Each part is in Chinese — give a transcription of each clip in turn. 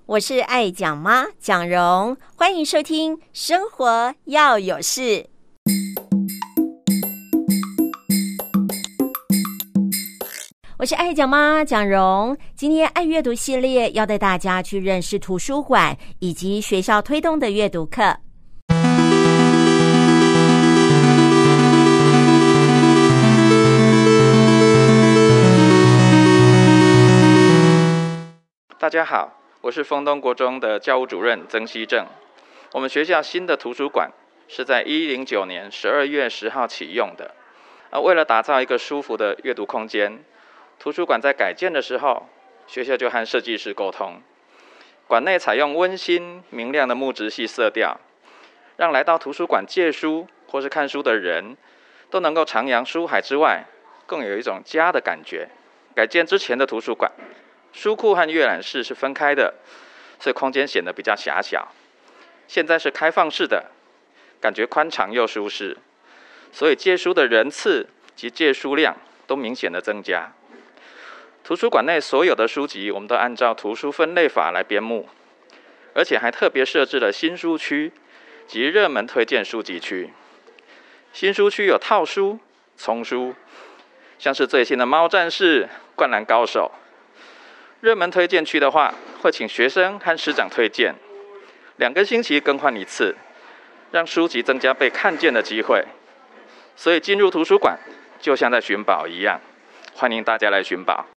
我是爱讲妈蒋蓉，欢迎收听《生活要有事》。我是爱讲妈蒋蓉，今天爱阅读系列要带大家去认识图书馆以及学校推动的阅读课。 大家好，我是丰东国中的教务主任曾希正。我们学校新的图书馆是在109年12月10号启用的。为了打造一个舒服的阅读空间，图书馆在改建的时候，学校就和设计师沟通。馆内采用温馨明亮的木质系色调，让来到图书馆借书或是看书的人都能够徜徉书海之外，更有一种家的感觉。改建之前的图书馆，书库和阅览室是分开的，所以空间显得比较狭小。现在是开放式的，感觉宽敞又舒适，所以借书的人次及借书量都明显的增加。图书馆内所有的书籍，我们都按照图书分类法来编目，而且还特别设置了新书区及热门推荐书籍区。新书区有套书、丛书，像是最新的《猫战士》《灌篮高手》。热门推荐区的话，会请学生和师长推荐，2个星期更换一次，让书籍增加被看见的机会。所以进入图书馆就像在寻宝一样，欢迎大家来寻宝。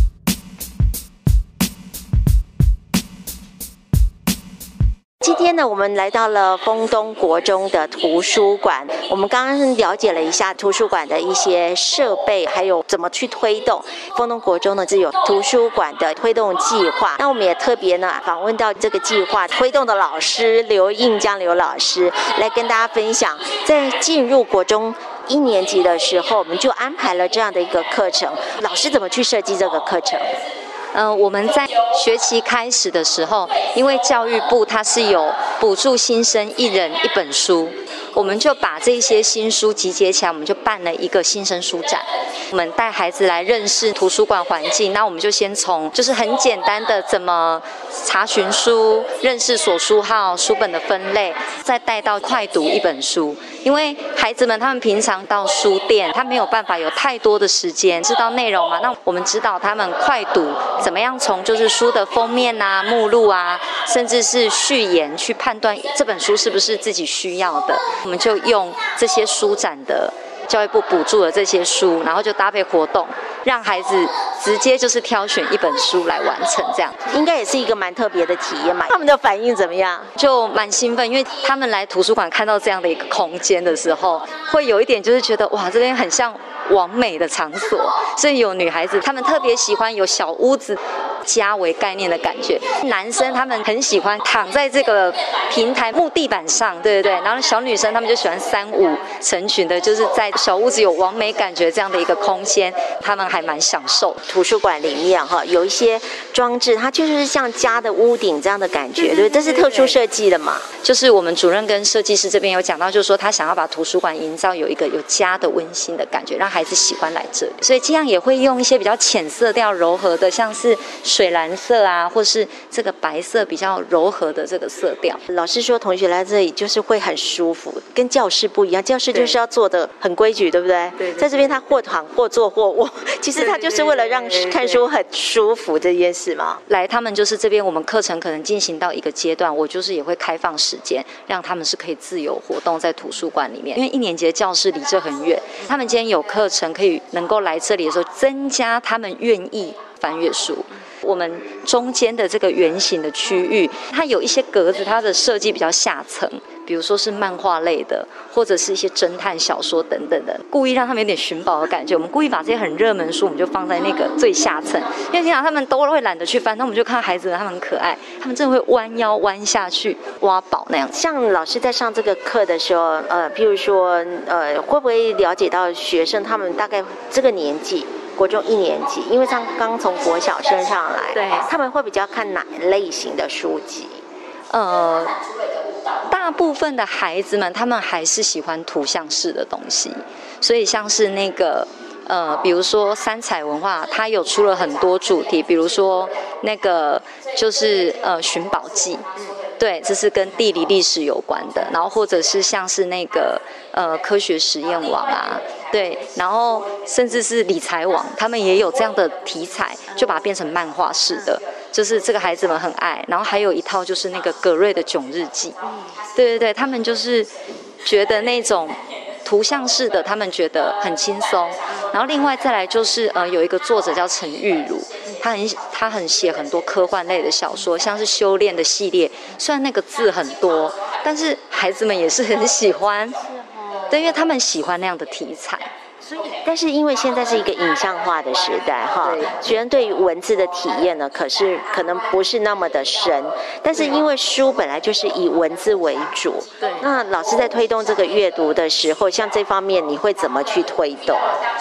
今天呢，我们来到了丰东国中的图书馆。我们刚刚了解了一下图书馆的一些设备，还有怎么去推动。丰东国中呢是有图书馆的推动计划。那我们也特别呢访问到这个计划推动的老师刘应江刘老师，来跟大家分享，在进入国中1年级的时候，我们就安排了这样的一个课程。老师怎么去设计这个课程？ 我们在学期开始的时候，因为教育部它是有补助新生1人1本书，我们就把这些新书集结起来，我们就办了一个新生书展。我们带孩子来认识图书馆环境，那我们就先从就是很简单的怎么查询书、认识所书号、书本的分类，再带到快读1本书。因为孩子们他们平常到书店，他没有办法有太多的时间知道内容嘛，那我们指导他们快读，怎么样从就是书的封面啊、目录啊，甚至是序言去判断这本书是不是自己需要的。我们就用这些书展的教育部补助的这些书，然后就搭配活动，让孩子直接就是挑选1本书来完成，这样应该也是一个蛮特别的体验嘛。他们的反应怎么样？ 就蛮兴奋，因为他们来图书馆看到这样的一个空间的时候，会有一点就是觉得哇，这边很像完美的场所，所以有女孩子她们特别喜欢有小屋子。家为概念的感觉，男生他们很喜欢躺在这个平台木地板上，对对对，然后小女生他们就喜欢3、5成群的，就是在小屋子有完美感觉这样的一个空间，他们还蛮享受。 图书馆里面有一些装置，它就是像家的屋顶这样的感觉，对，这是特殊设计的嘛？ 就是我们主任跟设计师这边有讲到，就是说他想要把图书馆营造有一个有家的温馨的感觉，让孩子喜欢来这里，所以这样也会用一些比较浅色调柔和的，像是水蓝色啊，或是这个白色比较柔和的这个色调。 老师说同学来这里就是会很舒服，跟教室不一样，教室就是要做的很规矩，对不对？对。在这边他或躺或坐或卧，其实他就是为了让看书很舒服这件事嘛。 来，他们就是这边我们课程可能进行到一个阶段，我就是也会开放时间，让他们是可以自由活动在图书馆里面。因为1年级的教室离这很远，他们今天有课程可以能够来这里的时候，增加他们愿意翻阅书。我们中间的这个圆形的区域，它有一些格子，它的设计比较下层，比如说是漫画类的，或者是一些侦探小说等等的，故意让他们有点寻宝的感觉。我们故意把这些很热门书，我们就放在那个最下层，因为平常他们都会懒得去翻，那我们就看孩子们他们很可爱，他们真的会弯腰弯下去挖宝那样。 像老师在上这个课的时候，譬如说，会不会了解到学生他们大概这个年纪？国中1年级，因为刚从国小升上来，对，他们会比较看哪类型的书籍？ 大部分的孩子们他们还是喜欢图像式的东西，所以像是那个比如说三彩文化，它有出了很多主题，比如说那个就是寻宝记。对，这是跟地理历史有关的，然后或者是像是那个科学实验网啊，对，然后甚至是理财网，他们也有这样的题材，就把它变成漫画式的，就是这个孩子们很爱。然后还有一套就是那个葛瑞的囧日记，对对对，他们就是觉得那种图像式的，他们觉得很轻松。然后另外再来就是有一个作者叫陈玉茹，他很写很多科幻类的小说，像是修炼的系列，虽然那个字很多，但是孩子们也是很喜欢，对，因为他们喜欢那样的题材。 但是因为现在是一个影像化的时代哈，学生对于文字的体验呢，可能不是那么的深。但是因为书本来就是以文字为主，对。那老师在推动这个阅读的时候，像这方面你会怎么去推动？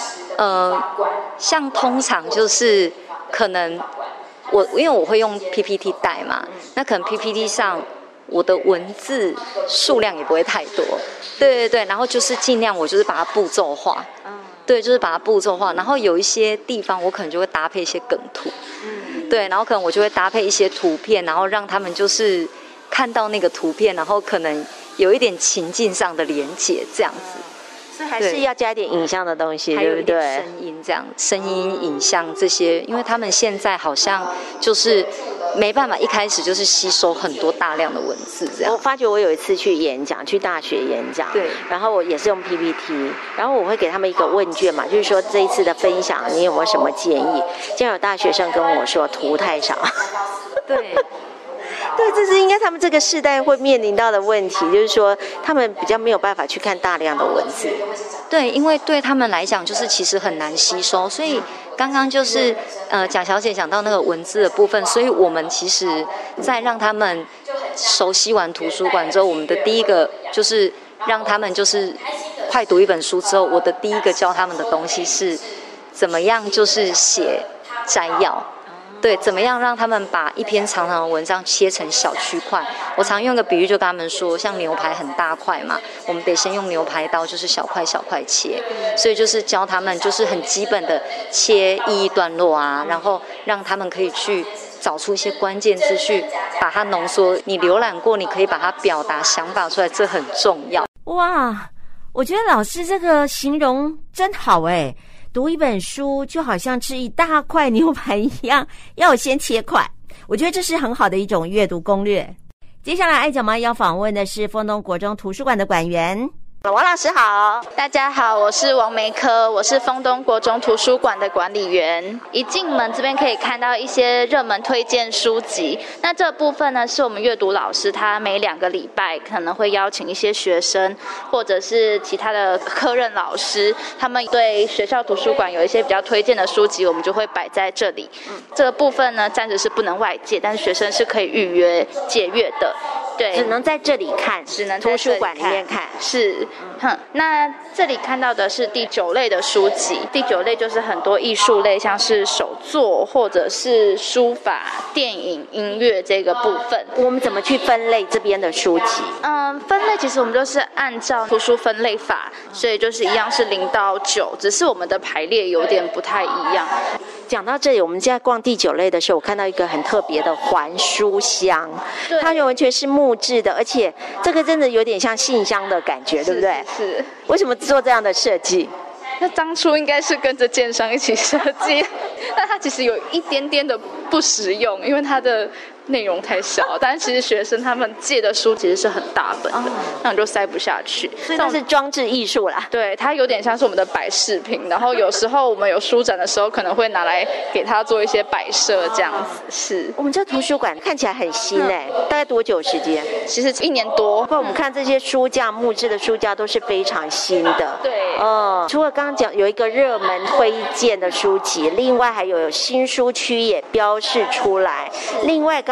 像通常就是可能因为我会用 PPT 带嘛，那可能 PPT 上我的文字数量也不会太多，对对对，然后就是尽量我就是把它步骤化。对，就是把它步骤化，然后有一些地方我可能就会搭配一些梗图，对，然后可能我就会搭配一些图片，然后让他们就是看到那个图片，然后可能有一点情境上的连结这样子。 所以还是要加一点影像的东西， 对不对？还有一点声音这样，声音、影像这些，因为他们现在好像就是没办法一开始就是吸收很多大量的文字这样。 我发觉我有一次去演讲，去大学演讲，对，然后我也是用 PPT， 然后我会给他们一个问卷嘛，就是说这一次的分享你有没有什么建议？竟然有大学生跟我说图太少， 对。 对，这是应该他们这个世代会面临到的问题，就是说他们比较没有办法去看大量的文字。 对，因为对他们来讲，就是其实很难吸收，所以刚刚就是贾小姐讲到那个文字的部分，所以我们其实在让他们熟悉完图书馆之后，我们的第一个就是让他们就是快读一本书之后，我的第一个教他们的东西是怎么样就是写摘要。对，怎么样让他们把一篇长长的文章切成小区块？我常用个比喻，就跟他们说，像牛排很大块嘛，我们得先用牛排刀，就是小块小块切。所以就是教他们，就是很基本的切意义段落啊，然后让他们可以去找出一些关键字，去把它浓缩。你浏览过，你可以把它表达想法出来，这很重要。 哇，我觉得老师这个形容真好哎。读一本书就好像吃一大块牛排一样，要先切块。我觉得这是很好的一种阅读攻略。接下来爱讲妈要访问的是丰东国中图书馆的馆员王老师好。 大家好，我是王梅科，我是丰东国中图书馆的管理员。一进门这边可以看到一些热门推荐书籍，那这部分呢是我们阅读老师他每2个礼拜可能会邀请一些学生或者是其他的科任老师，他们对学校图书馆有一些比较推荐的书籍，我们就会摆在这里。这个部分呢暂时是不能外借，但是学生是可以预约借阅的。对， 只能在这里看， 只能在图书馆里面看。 是，那这里看到的是第9类的书籍。第9类就是很多艺术类，像是手作或者是书法、电影、音乐这个部分。 我们怎么去分类这边的书籍？ 分类其实我们就是按照图书分类法，所以就是一样是0到9，只是我们的排列有点不太一样。 讲到这里，我们现在逛第9类的时候，我看到一个很特别的还书箱，它完全是木质的，而且这个真的有点像信箱的感觉，对不对？ 是。 为什么做这样的设计？ 那当初应该是跟着建商一起设计，但它其实有一点点的不实用，因为它的内容太小，但是其实学生他们借的书其实是很大本的，那你就塞不下去。 所以它是装置艺术啦。 对，它有点像是我们的摆饰品，然后有时候我们有书展的时候，可能会拿来给它做一些摆设这样子。是。 我们这图书馆看起来很新哎，大概多久时间？ 其实1年多。 不过我们看这些书架，木质的书架都是非常新的。 对。 除了刚刚讲有一个热门推荐的书籍，另外还有新书区也标示出来。另外刚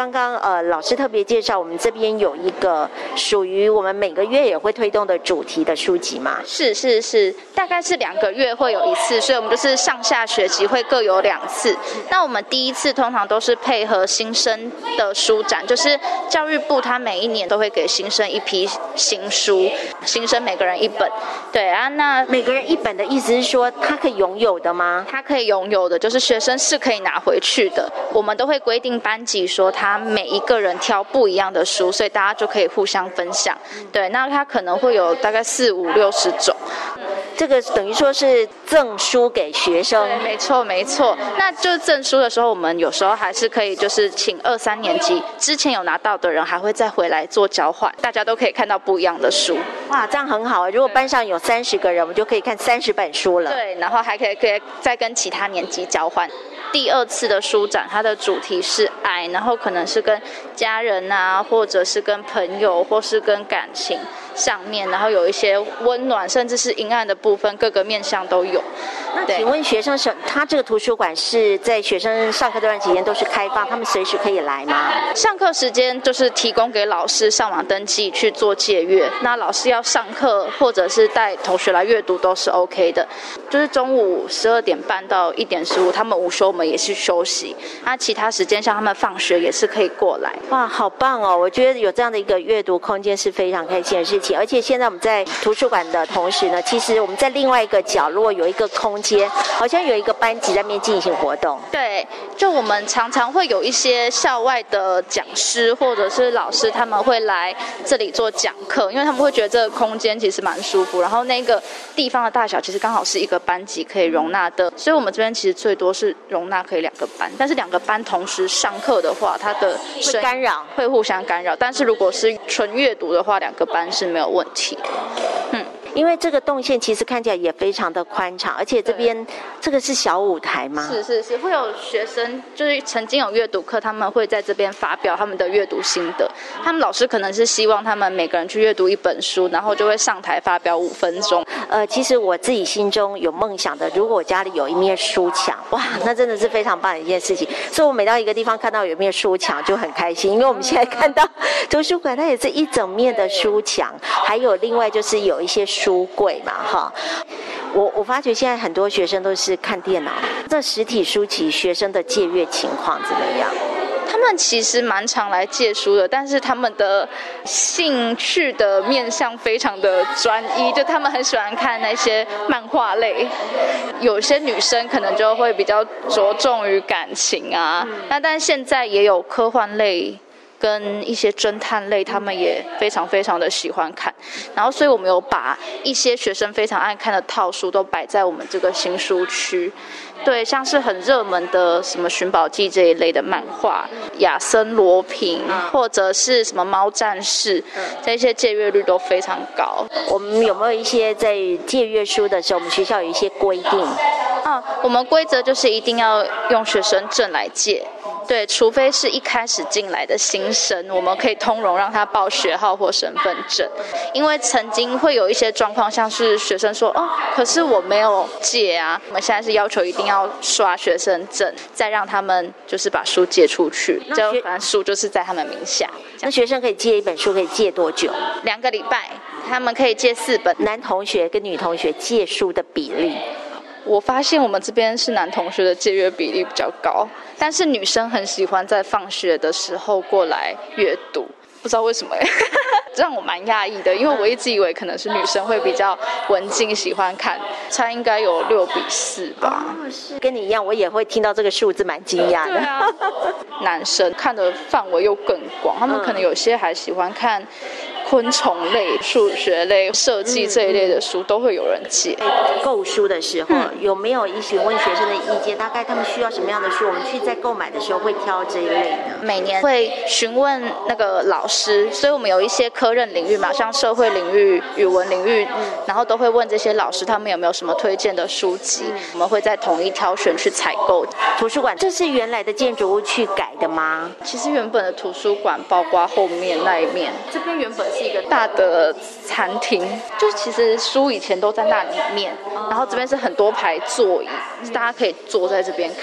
刚刚老师特别介绍，我们这边有一个属于我们每个月也会推动的主题的书籍嘛？ 是，大概是2个月会有一次，所以我们就是上下学期会各有2次。那我们第一次通常都是配合新生的书展，就是教育部它每一年都会给新生一批新书，新生每个人1本。对啊，那每个人1本的意思是说，他可以拥有的吗？ 他可以拥有的，就是学生是可以拿回去的。我们都会规定班级说，他每一个人挑不一样的书，所以大家就可以互相分享。对，那他可能会有大概40、50、60种。 这个等于说是赠书给学生。 对，没错。那就是赠书的时候，我们有时候还是可以就是请2、3年级之前有拿到的人，还会再回来做交换，大家都可以看到不一样的书。 哇，这样很好。如果班上有30个人，我们就可以看30本书了。 对，然后还可以再跟其他年级交换。第2次的书展，它的主题是爱，然后可能是跟家人啊，或者是跟朋友，或是跟感情上面，然后有一些温暖，甚至是阴暗的部分，各个面向都有。 那请问学生他这个图书馆是在学生上课这段期间都是开放，他们随时可以来吗？ 上课时间就是提供给老师上网登记去做借阅，那老师要上课或者是带同学来阅读都是 OK 的。就是中午12点半到1点15，他们午休我们也是休息。那其他时间像他们放学也是可以过来。 哇，好棒哦！我觉得有这样的一个阅读空间是非常开心的事情。而且现在我们在图书馆的同时呢，其实我们在另外一个角落有一个空间，好像有一个班级在那边进行活动。 对，就我们常常会有一些校外的讲师或者是老师，他们会来这里做讲课，因为他们会觉得这个空间其实蛮舒服，然后那个地方的大小其实刚好是一个班级可以容纳的，所以我们这边其实最多是容纳可以2个班，但是2个班同时上课的话，它的会干扰， 会互相干扰。但是如果是纯阅读的话，2个班是没有问题。 因为这个动线其实看起来也非常的宽敞，而且这边这个是小舞台吗？ 是，会有学生就是曾经有阅读课，他们会在这边发表他们的阅读心得。他们老师可能是希望他们每个人去阅读1本书，然后就会上台发表5分钟。 其实我自己心中有梦想的，如果我家里有一面书墙，哇，那真的是非常棒的一件事情。所以我每到一个地方看到有一面书墙就很开心，因为我们现在看到图书馆它也是一整面的书墙，还有另外就是有一些书柜嘛，哈。我发觉现在很多学生都是看电脑，这实体书籍学生的借阅情况怎么样？ 他们其实蛮常来借书的，但是他们的兴趣的面向非常的专一，就他们很喜欢看那些漫画类，有些女生可能就会比较着重于感情啊，但现在也有科幻类跟一些侦探类，他们也非常非常的喜欢看。然后所以我们有把一些学生非常爱看的套书都摆在我们这个新书区。对，像是很热门的什么寻宝记这一类的漫画，亚森罗平或者是什么猫战士，这些借阅率都非常高。 我们有没有一些在借阅书的时候，我们学校有一些规定？ 我们规则就是一定要用学生证来借。对，除非是一开始进来的新生，我们可以通融让他报学号或身份证。因为曾经会有一些状况，像是学生说可是我没有借啊。我们现在是要求一定要刷学生证，再让他们就是把书借出去，就反正书就是在他们名下。 那学生可以借一本书可以借多久 ？2个礼拜，他们可以借4本。 男同学跟女同学借书的比例？ 我发现我们这边是男同学的借阅比例比较高，但是女生很喜欢在放学的时候过来阅读，不知道为什么让我蛮讶异的，因为我一直以为可能是女生会比较文静喜欢看，猜应该有6比4吧。 跟你一样，我也会听到这个数字蛮惊讶的。 对啊，男生看的范围又更广，他们可能有些还喜欢看昆虫类、数学类、设计这一类的书都会有人借。 购书的时候，有没有询问学生的意见？大概他们需要什么样的书？我们去在购买的时候会挑这一类的。 每年会询问那个老师，所以我们有一些科任领域嘛，像社会领域、语文领域，然后都会问这些老师他们有没有什么推荐的书籍，我们会再统一挑选去采购。 图书馆这是原来的建筑物去改的吗？ 其实原本的图书馆包括后面那一面，这边原本是一个大的餐厅，就是其实书以前都在那里面，然后这边是很多排座椅，大家可以坐在这边看。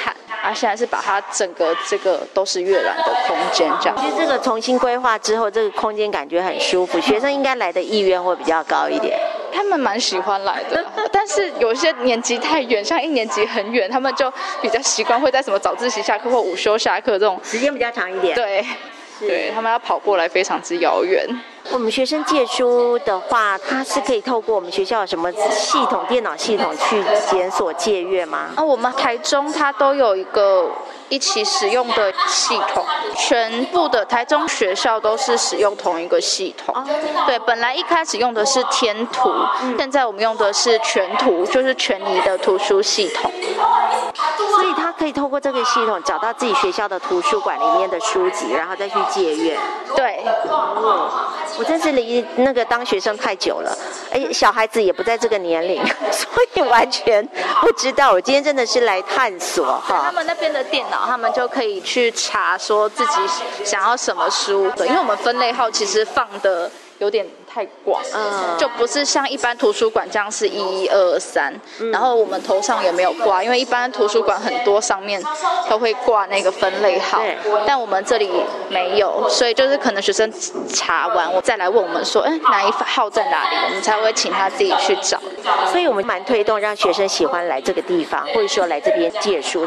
现在是把它整个这个都是阅览的空间这样。 其实这个重新规划之后，这个空间感觉很舒服，学生应该来的意愿会比较高一点。 他们蛮喜欢来的，但是有些年级太远，像1年级很远，他们就比较习惯会在什么早自习下课或午休下课这种时间比较长一点。 对，他们要跑过来非常之遥远。 我们学生借书的话，它是可以透过我们学校有什么系统、电脑系统去检索借阅吗？ 我们台中它都有一个一起使用的系统，全部的台中学校都是使用同一个系统。对，本来一开始用的是天图，现在我们用的是全图，就是全宜的图书系统。 所以他可以透过这个系统找到自己学校的图书馆里面的书籍，然后再去借阅。 对， 我真是离那个当学生太久了，小孩子也不在这个年龄，所以完全不知道。我今天真的是来探索哈。 他们那边的电脑，他们就可以去查说自己想要什么书。对，因为我们分类号其实放的有点太广，就不是像一般图书馆这样是1、2、3，然后我们头上也没有挂，因为一般图书馆很多上面都会挂那个分类号，但我们这里没有，所以就是可能学生查完，我再来问我们说，哪一号在哪里，我们才会请他自己去找。 所以我们蛮推动让学生喜欢来这个地方，或者说来这边借书。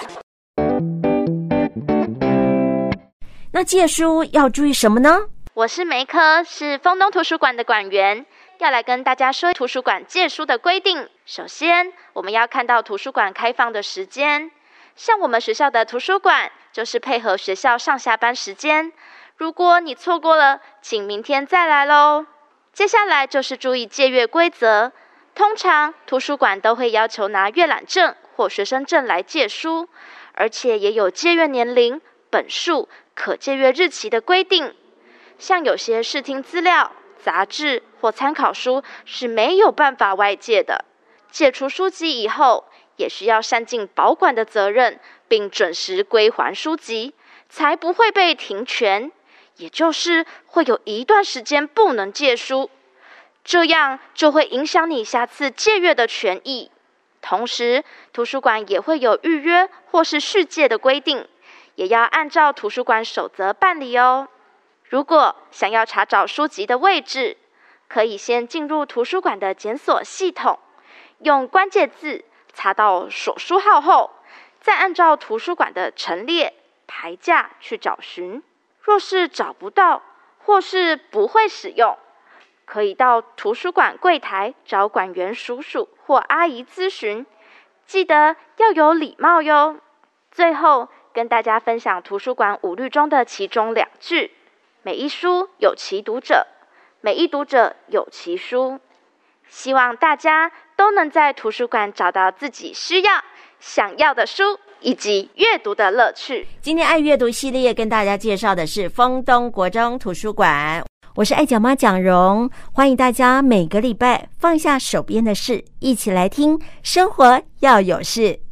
那借书要注意什么呢？ 我是梅科，是丰东图书馆的馆员，要来跟大家说图书馆借书的规定。首先，我们要看到图书馆开放的时间，像我们学校的图书馆就是配合学校上下班时间，如果你错过了，请明天再来咯。接下来就是注意借阅规则，通常图书馆都会要求拿阅览证或学生证来借书，而且也有借阅年龄、本数、可借阅日期的规定。像有些视听资料、杂志或参考书是没有办法外借的，借出书籍以后，也需要善尽保管的责任，并准时归还书籍，才不会被停权，也就是会有一段时间不能借书，这样就会影响你下次借阅的权益。同时，图书馆也会有预约或是续借的规定，也要按照图书馆守则办理哦。如果想要查找书籍的位置，可以先进入图书馆的检索系统，用关键字查到所书号后，再按照图书馆的陈列牌架去找寻。若是找不到或是不会使用，可以到图书馆柜台找馆员叔叔或阿姨咨询，记得要有礼貌哟。最后跟大家分享图书馆5律中的其中2句：每一书有其读者，每一读者有其书。希望大家都能在图书馆找到自己需要、想要的书，以及阅读的乐趣。 今天爱阅读系列跟大家介绍的是丰东国中图书馆，我是爱讲妈蒋蓉，欢迎大家每个礼拜放下手边的事，一起来听生活要有事。